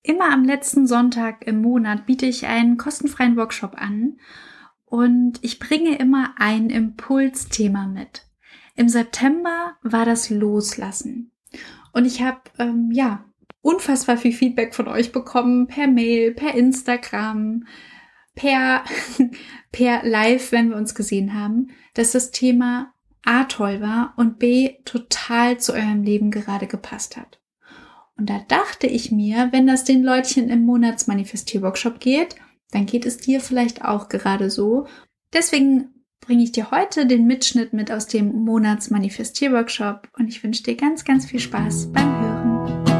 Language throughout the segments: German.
Immer am letzten Sonntag im Monat biete ich einen kostenfreien Workshop an und ich bringe immer ein Impulsthema mit. Im September war das Loslassen und ich habe unfassbar viel Feedback von euch bekommen, per Mail, per Instagram, per per Live, wenn wir uns gesehen haben, dass das Thema A toll war und B total zu eurem Leben gerade gepasst hat. Und da dachte ich mir, wenn das den Leutchen im Monatsmanifestier-Workshop geht, dann geht es dir vielleicht auch gerade so. Deswegen bringe ich dir heute den Mitschnitt mit aus dem Monatsmanifestier-Workshop und ich wünsche dir ganz, ganz viel Spaß beim Hören.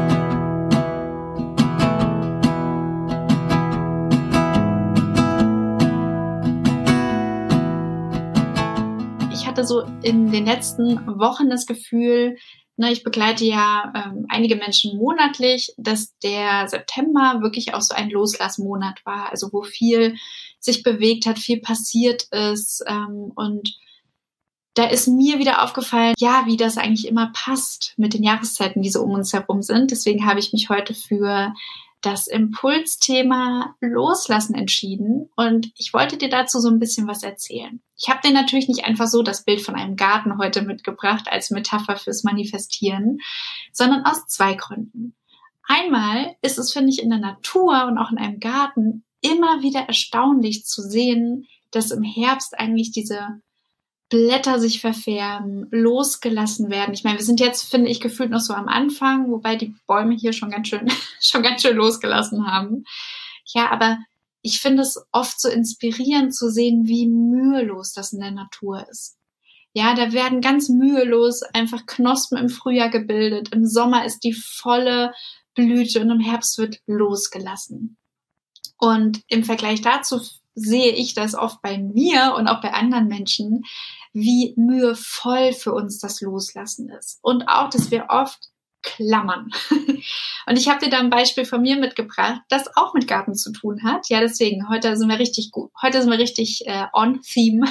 Ich hatte so in den letzten Wochen das Gefühl, ich begleite ja einige Menschen monatlich, dass der September wirklich auch so ein Loslassmonat war, also wo viel sich bewegt hat, viel passiert ist und da ist mir wieder aufgefallen, wie das eigentlich immer passt mit den Jahreszeiten, die so um uns herum sind. Deswegen habe ich mich heute für das Impulsthema Loslassen entschieden und ich wollte dir dazu so ein bisschen was erzählen. Ich habe dir natürlich nicht einfach so das Bild von einem Garten heute mitgebracht als Metapher fürs Manifestieren, sondern aus zwei Gründen. Einmal ist es, finde ich, in der Natur und auch in einem Garten immer wieder erstaunlich zu sehen, dass im Herbst eigentlich diese Blätter sich verfärben, losgelassen werden. Ich meine, wir sind jetzt, finde ich, gefühlt noch so am Anfang, wobei die Bäume hier schon ganz schön losgelassen haben. Ja, aber ich finde es oft so inspirierend zu sehen, wie mühelos das in der Natur ist. Ja, da werden ganz mühelos einfach Knospen im Frühjahr gebildet. Im Sommer ist die volle Blüte und im Herbst wird losgelassen. Und im Vergleich dazu sehe ich das oft bei mir und auch bei anderen Menschen, wie mühevoll für uns das Loslassen ist. Und auch, dass wir oft klammern. Und ich habe dir da ein Beispiel von mir mitgebracht, das auch mit Garten zu tun hat. Ja, deswegen, heute sind wir richtig gut. Heute sind wir richtig on theme.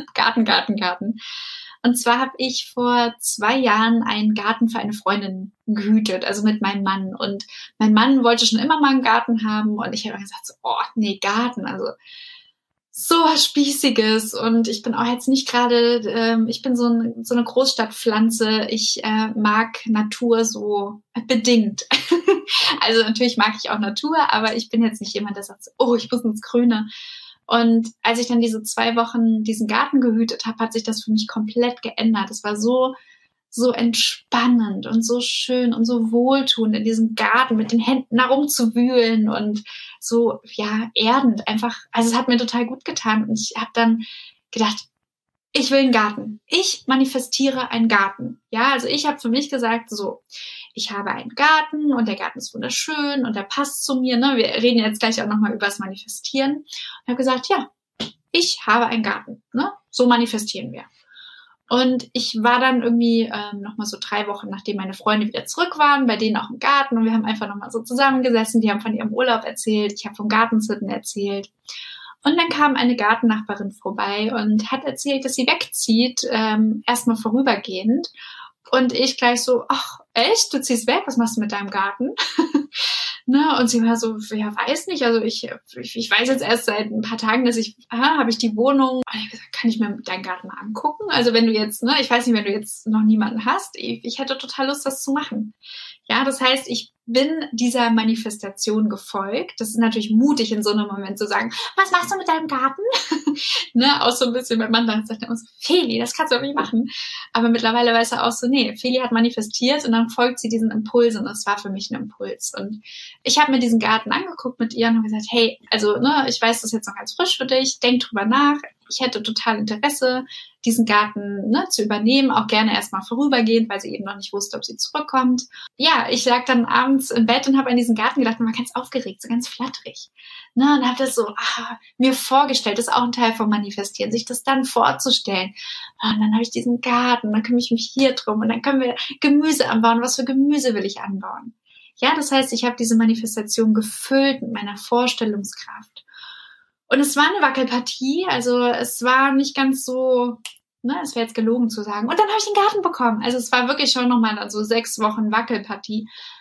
Garten. Und zwar habe ich vor 2 Jahren einen Garten für eine Freundin gehütet, also mit meinem Mann. Und mein Mann wollte schon immer mal einen Garten haben. Und ich habe gesagt, Garten, also so was Spießiges. Und ich bin auch jetzt nicht gerade, ich bin so eine Großstadtpflanze. Ich mag Natur so bedingt. Also natürlich mag ich auch Natur, aber ich bin jetzt nicht jemand, der sagt, ich muss ins Grüne. Und als ich dann diese 2 Wochen diesen Garten gehütet habe, hat sich das für mich komplett geändert. Es war so entspannend und so schön und so wohltuend in diesem Garten mit den Händen herumzuwühlen und so, erdend einfach. Also es hat mir total gut getan. Und ich habe dann gedacht, ich will einen Garten. Ich manifestiere einen Garten. Ja, also ich habe für mich gesagt, ich habe einen Garten und der Garten ist wunderschön und der passt zu mir. Ne? Wir reden jetzt gleich auch nochmal über das Manifestieren. Und habe gesagt, ich habe einen Garten. Ne? So manifestieren wir. Und ich war dann irgendwie nochmal so 3 Wochen, nachdem meine Freunde wieder zurück waren, bei denen auch im Garten. Und wir haben einfach nochmal so zusammengesessen. Die haben von ihrem Urlaub erzählt. Ich habe vom Gartensitten erzählt. Und dann kam eine Gartennachbarin vorbei und hat erzählt, dass sie wegzieht, erstmal vorübergehend. Und ich gleich so, ach, echt? Du ziehst weg? Was machst du mit deinem Garten? Ne? Und sie war so, weiß nicht. Also ich weiß jetzt erst seit ein paar Tagen, dass habe ich die Wohnung. Und ich habe gesagt, kann ich mir deinen Garten mal angucken? Also wenn du jetzt, ich weiß nicht, wenn du jetzt noch niemanden hast, ich hätte total Lust, das zu machen. Ja, das heißt, ich bin dieser Manifestation gefolgt. Das ist natürlich mutig, in so einem Moment zu sagen, was machst du mit deinem Garten? Auch so ein bisschen, mein Mann dann sagt immer so, Feli, das kannst du doch nicht machen. Aber mittlerweile weiß er auch so, nee, Feli hat manifestiert und dann folgt sie diesen Impulsen und das war für mich ein Impuls. Und ich habe mir diesen Garten angeguckt mit ihr und habe gesagt, hey, also ich weiß, das ist jetzt noch ganz frisch für dich, denk drüber nach. Ich hätte total Interesse, diesen Garten zu übernehmen, auch gerne erstmal vorübergehend, weil sie eben noch nicht wusste, ob sie zurückkommt. Ja, ich lag dann abends im Bett und habe an diesen Garten gedacht und war ganz aufgeregt, so ganz flatterig. Und habe das so mir vorgestellt, das ist auch ein Teil vom Manifestieren, sich das dann vorzustellen. Und dann habe ich diesen Garten, dann kümmere ich mich hier drum und dann können wir Gemüse anbauen. Was für Gemüse will ich anbauen? Ja, das heißt, ich habe diese Manifestation gefüllt mit meiner Vorstellungskraft. Und es war eine Wackelpartie, also es war nicht ganz so, es wäre jetzt gelogen zu sagen. Und dann habe ich den Garten bekommen. Also es war wirklich schon nochmal so 6 Wochen Wackelpartie.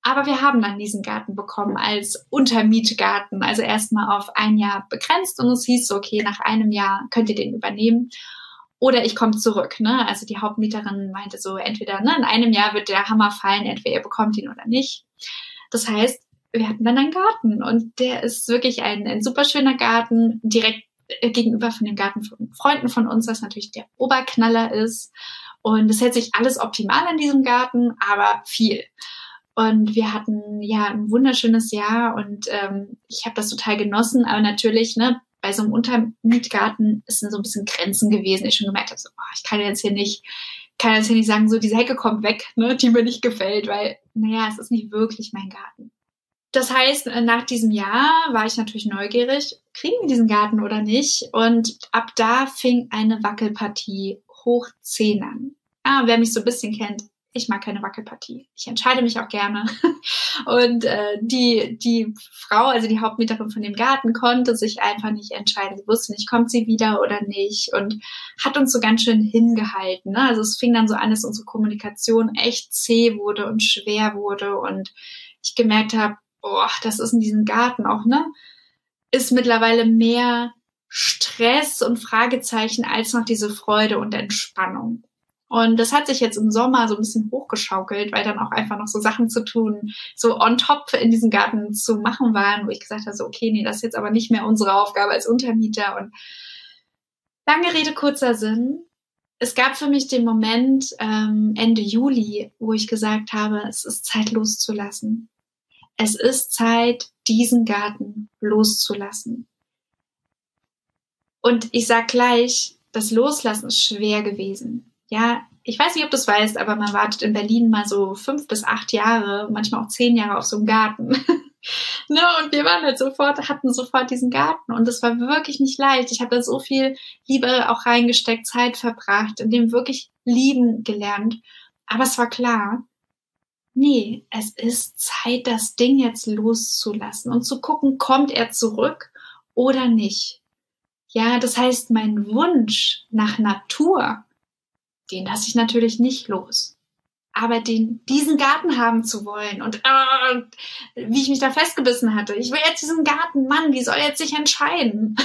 Aber wir haben dann diesen Garten bekommen als Untermietgarten, also erstmal auf 1 Jahr begrenzt und es hieß so, okay, nach 1 Jahr könnt ihr den übernehmen oder ich komme zurück. Ne? Also die Hauptmieterin meinte so, entweder in 1 Jahr wird der Hammer fallen, entweder ihr bekommt ihn oder nicht. Das heißt, wir hatten dann einen Garten und der ist wirklich ein super schöner Garten, direkt gegenüber von dem Garten von Freunden von uns, was natürlich der Oberknaller ist. Und es hält sich alles optimal an diesem Garten, aber viel. Und wir hatten ja ein wunderschönes Jahr und ich habe das total genossen. Aber natürlich, ne, bei so einem Untermietgarten sind so ein bisschen Grenzen gewesen. Ich schon gemerkt habe, so, ich kann jetzt hier nicht sagen, so diese Hecke kommt weg, ne, die mir nicht gefällt, weil, naja, es ist nicht wirklich mein Garten. Das heißt, nach diesem Jahr war ich natürlich neugierig, kriegen wir diesen Garten oder nicht? Und ab da fing eine Wackelpartie hoch 10 an. Wer mich so ein bisschen kennt, ich mag keine Wackelpartie. Ich entscheide mich auch gerne. Und die Frau, also die Hauptmieterin von dem Garten, konnte sich einfach nicht entscheiden. Sie wusste nicht, kommt sie wieder oder nicht und hat uns so ganz schön hingehalten. Ne? Also es fing dann so an, dass unsere Kommunikation echt zäh wurde und schwer wurde und ich gemerkt habe, das ist in diesem Garten auch, ne? Ist mittlerweile mehr Stress und Fragezeichen als noch diese Freude und Entspannung. Und das hat sich jetzt im Sommer so ein bisschen hochgeschaukelt, weil dann auch einfach noch so Sachen zu tun, so on top in diesem Garten zu machen waren, wo ich gesagt habe, so, okay, nee, das ist jetzt aber nicht mehr unsere Aufgabe als Untermieter. Und lange Rede, kurzer Sinn. Es gab für mich den Moment Ende Juli, wo ich gesagt habe, es ist Zeit loszulassen. Es ist Zeit, diesen Garten loszulassen. Und ich sag gleich, das Loslassen ist schwer gewesen. Ja, ich weiß nicht, ob du es weißt, aber man wartet in Berlin mal so 5 bis 8 Jahre, manchmal auch 10 Jahre auf so einen Garten. Ne, und wir waren halt hatten sofort diesen Garten und es war wirklich nicht leicht. Ich habe da so viel Liebe auch reingesteckt, Zeit verbracht, in dem wirklich lieben gelernt. Aber es war klar, nee, es ist Zeit, das Ding jetzt loszulassen und zu gucken, kommt er zurück oder nicht. Ja, das heißt, mein Wunsch nach Natur, den lasse ich natürlich nicht los. Aber diesen Garten haben zu wollen und wie ich mich da festgebissen hatte, ich will jetzt diesen Garten, Mann, wie soll jetzt sich entscheiden?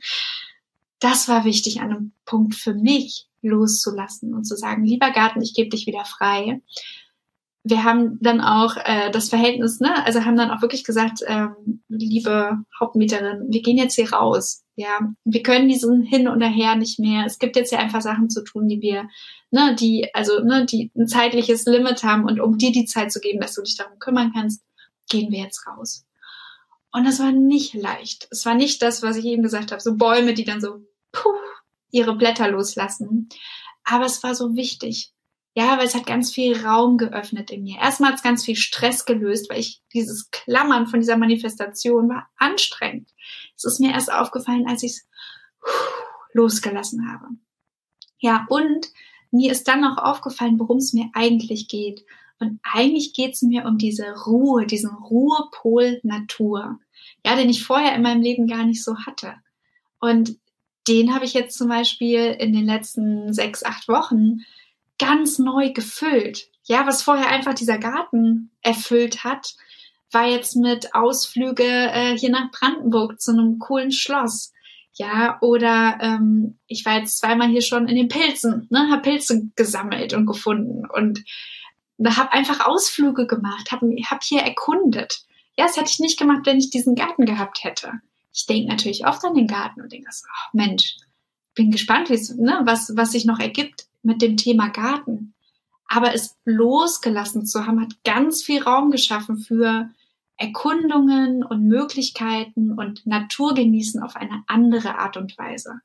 Das war wichtig an einem Punkt für mich loszulassen und zu sagen, lieber Garten, ich gebe dich wieder frei. Wir haben dann auch das Verhältnis, ne, also haben dann auch wirklich gesagt, liebe Hauptmieterin, wir gehen jetzt hier raus. Ja, wir können diesen Hin und Her nicht mehr. Es gibt jetzt hier einfach Sachen zu tun, die wir, die ein zeitliches Limit haben und um dir die Zeit zu geben, dass du dich darum kümmern kannst, gehen wir jetzt raus. Und das war nicht leicht. Es war nicht das, was ich eben gesagt habe, so Bäume, die dann so ihre Blätter loslassen. Aber es war so wichtig. Ja, weil es hat ganz viel Raum geöffnet in mir. Erstmal hat es ganz viel Stress gelöst, weil dieses Klammern von dieser Manifestation war anstrengend. Es ist mir erst aufgefallen, als ich es losgelassen habe. Ja, und mir ist dann auch aufgefallen, worum es mir eigentlich geht. Und eigentlich geht es mir um diese Ruhe, diesen Ruhepol Natur. Ja, den ich vorher in meinem Leben gar nicht so hatte. Und den habe ich jetzt zum Beispiel in den letzten 6, 8 Wochen ganz neu gefüllt. Ja, was vorher einfach dieser Garten erfüllt hat, war jetzt mit Ausflüge hier nach Brandenburg zu einem coolen Schloss. Ja, oder ich war jetzt 2-mal hier schon in den Pilzen, ne, habe Pilze gesammelt und gefunden und habe einfach Ausflüge gemacht, hab hier erkundet. Ja, das hätte ich nicht gemacht, wenn ich diesen Garten gehabt hätte. Ich denke natürlich oft an den Garten und denke so, Mensch, bin gespannt, was sich noch ergibt mit dem Thema Garten. Aber es losgelassen zu haben, hat ganz viel Raum geschaffen für Erkundungen und Möglichkeiten und Natur genießen auf eine andere Art und Weise.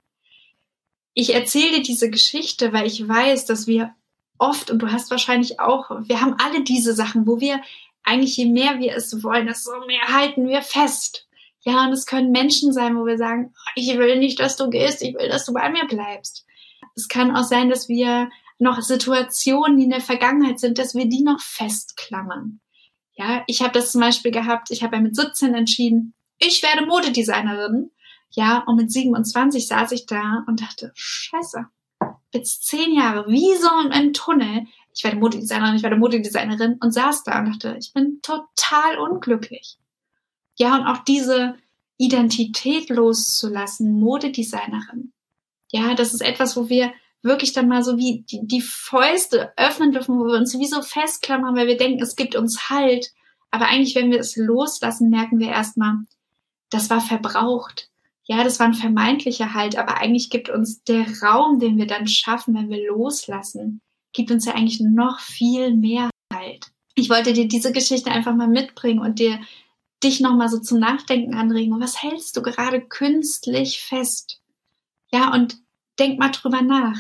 Ich erzähle dir diese Geschichte, weil ich weiß, dass wir oft, und du hast wahrscheinlich auch, wir haben alle diese Sachen, wo wir eigentlich, je mehr wir es wollen, desto mehr halten wir fest. Ja, und es können Menschen sein, wo wir sagen, ich will nicht, dass du gehst, ich will, dass du bei mir bleibst. Es kann auch sein, dass wir noch Situationen, die in der Vergangenheit sind, dass wir die noch festklammern. Ja, ich habe das zum Beispiel gehabt, ich habe ja mit 17 entschieden, ich werde Modedesignerin. Ja, und mit 27 saß ich da und dachte, scheiße, jetzt 10 Jahre, wie so im Tunnel, ich werde Modedesignerin, ich werde Modedesignerin und saß da und dachte, ich bin total unglücklich. Ja, und auch diese Identität loszulassen, Modedesignerin. Ja, das ist etwas, wo wir wirklich dann mal so wie die Fäuste öffnen dürfen, wo wir uns wie so festklammern, weil wir denken, es gibt uns Halt. Aber eigentlich, wenn wir es loslassen, merken wir erstmal, das war verbraucht. Ja, das war ein vermeintlicher Halt, aber eigentlich gibt uns der Raum, den wir dann schaffen, wenn wir loslassen, gibt uns ja eigentlich noch viel mehr Halt. Ich wollte dir diese Geschichte einfach mal mitbringen und dich nochmal so zum Nachdenken anregen. Was hältst du gerade künstlich fest? Ja, und denk mal drüber nach.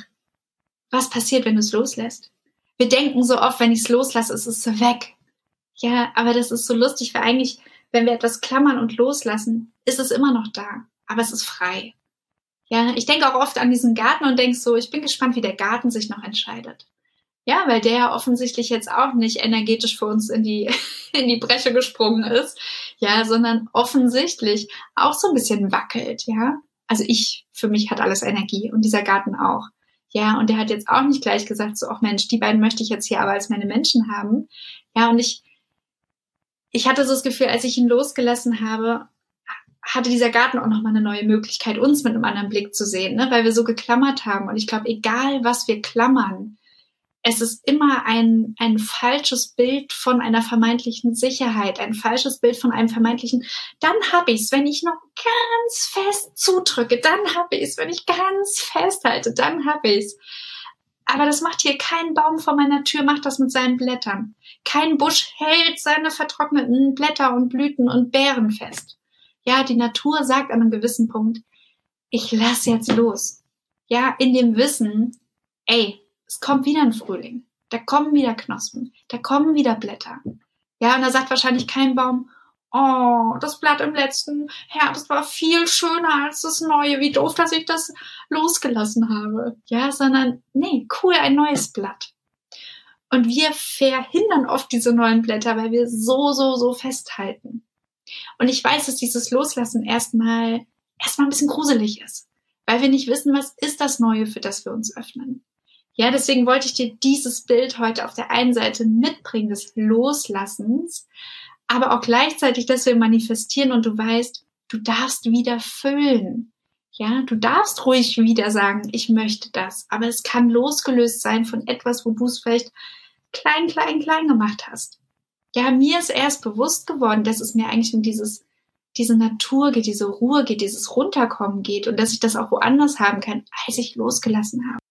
Was passiert, wenn du es loslässt? Wir denken so oft, wenn ich es loslasse, ist es so weg. Ja, aber das ist so lustig, weil eigentlich, wenn wir etwas klammern und loslassen, ist es immer noch da. Aber es ist frei. Ja, ich denke auch oft an diesen Garten und denke so, ich bin gespannt, wie der Garten sich noch entscheidet. Ja, weil der ja offensichtlich jetzt auch nicht energetisch für uns in die Bresche gesprungen ist. Ja, sondern offensichtlich auch so ein bisschen wackelt, ja. Also für mich hat alles Energie und dieser Garten auch. Ja, und der hat jetzt auch nicht gleich gesagt, so, ach Mensch, die beiden möchte ich jetzt hier aber als meine Menschen haben. Ja, und ich hatte so das Gefühl, als ich ihn losgelassen habe, hatte dieser Garten auch nochmal eine neue Möglichkeit, uns mit einem anderen Blick zu sehen, ne? Weil wir so geklammert haben. Und ich glaube, egal was wir klammern, es ist immer ein falsches Bild von einer vermeintlichen Sicherheit, ein falsches Bild von einem vermeintlichen, dann hab ich's, wenn ich noch ganz fest zudrücke, dann hab ich's, wenn ich ganz festhalte, dann hab ich's. Aber das macht hier kein Baum vor meiner Tür, macht das mit seinen Blättern. Kein Busch hält seine vertrockneten Blätter und Blüten und Beeren fest. Ja, die Natur sagt an einem gewissen Punkt, ich lass jetzt los. Ja, in dem Wissen, ey, es kommt wieder ein Frühling. Da kommen wieder Knospen. Da kommen wieder Blätter. Ja, und da sagt wahrscheinlich kein Baum, oh, das Blatt im letzten Herbst war viel schöner als das neue. Wie doof, dass ich das losgelassen habe. Ja, sondern, nee, cool, ein neues Blatt. Und wir verhindern oft diese neuen Blätter, weil wir so festhalten. Und ich weiß, dass dieses Loslassen erstmal ein bisschen gruselig ist. Weil wir nicht wissen, was ist das Neue, für das wir uns öffnen. Ja, deswegen wollte ich dir dieses Bild heute auf der einen Seite mitbringen, des Loslassens, aber auch gleichzeitig, dass wir manifestieren und du weißt, du darfst wieder füllen. Ja, du darfst ruhig wieder sagen, ich möchte das, aber es kann losgelöst sein von etwas, wo du es vielleicht klein gemacht hast. Ja, mir ist erst bewusst geworden, dass es mir eigentlich um diese Natur geht, diese Ruhe geht, dieses Runterkommen geht und dass ich das auch woanders haben kann, als ich losgelassen habe.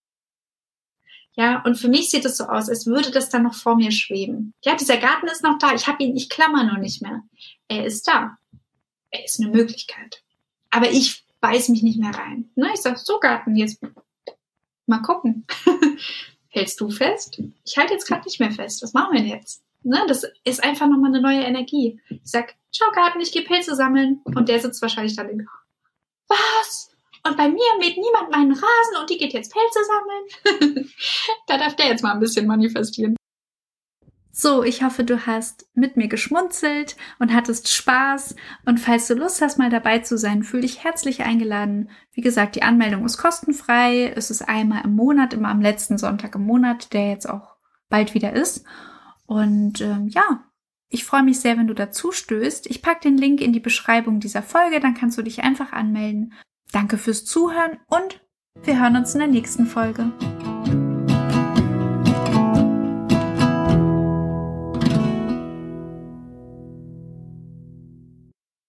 Ja, und für mich sieht es so aus, als würde das dann noch vor mir schweben. Ja, dieser Garten ist noch da. Ich klammer nur nicht mehr. Er ist da. Er ist eine Möglichkeit. Aber ich beiß mich nicht mehr rein. Ne, ich sag, so Garten, jetzt mal gucken. Hältst du fest? Ich halte jetzt gerade nicht mehr fest. Was machen wir denn jetzt? Ne, das ist einfach nochmal eine neue Energie. Ich sag, ciao Garten, ich gehe Pilze sammeln. Und der sitzt wahrscheinlich dann und was? Und bei mir mäht niemand meinen Rasen und die geht jetzt Pilze sammeln. Da darf der jetzt mal ein bisschen manifestieren. So, ich hoffe, du hast mit mir geschmunzelt und hattest Spaß. Und falls du Lust hast, mal dabei zu sein, fühl dich herzlich eingeladen. Wie gesagt, die Anmeldung ist kostenfrei. Es ist einmal im Monat, immer am letzten Sonntag im Monat, der jetzt auch bald wieder ist. Und ich freue mich sehr, wenn du dazu stößt. Ich packe den Link in die Beschreibung dieser Folge, dann kannst du dich einfach anmelden. Danke fürs Zuhören und wir hören uns in der nächsten Folge.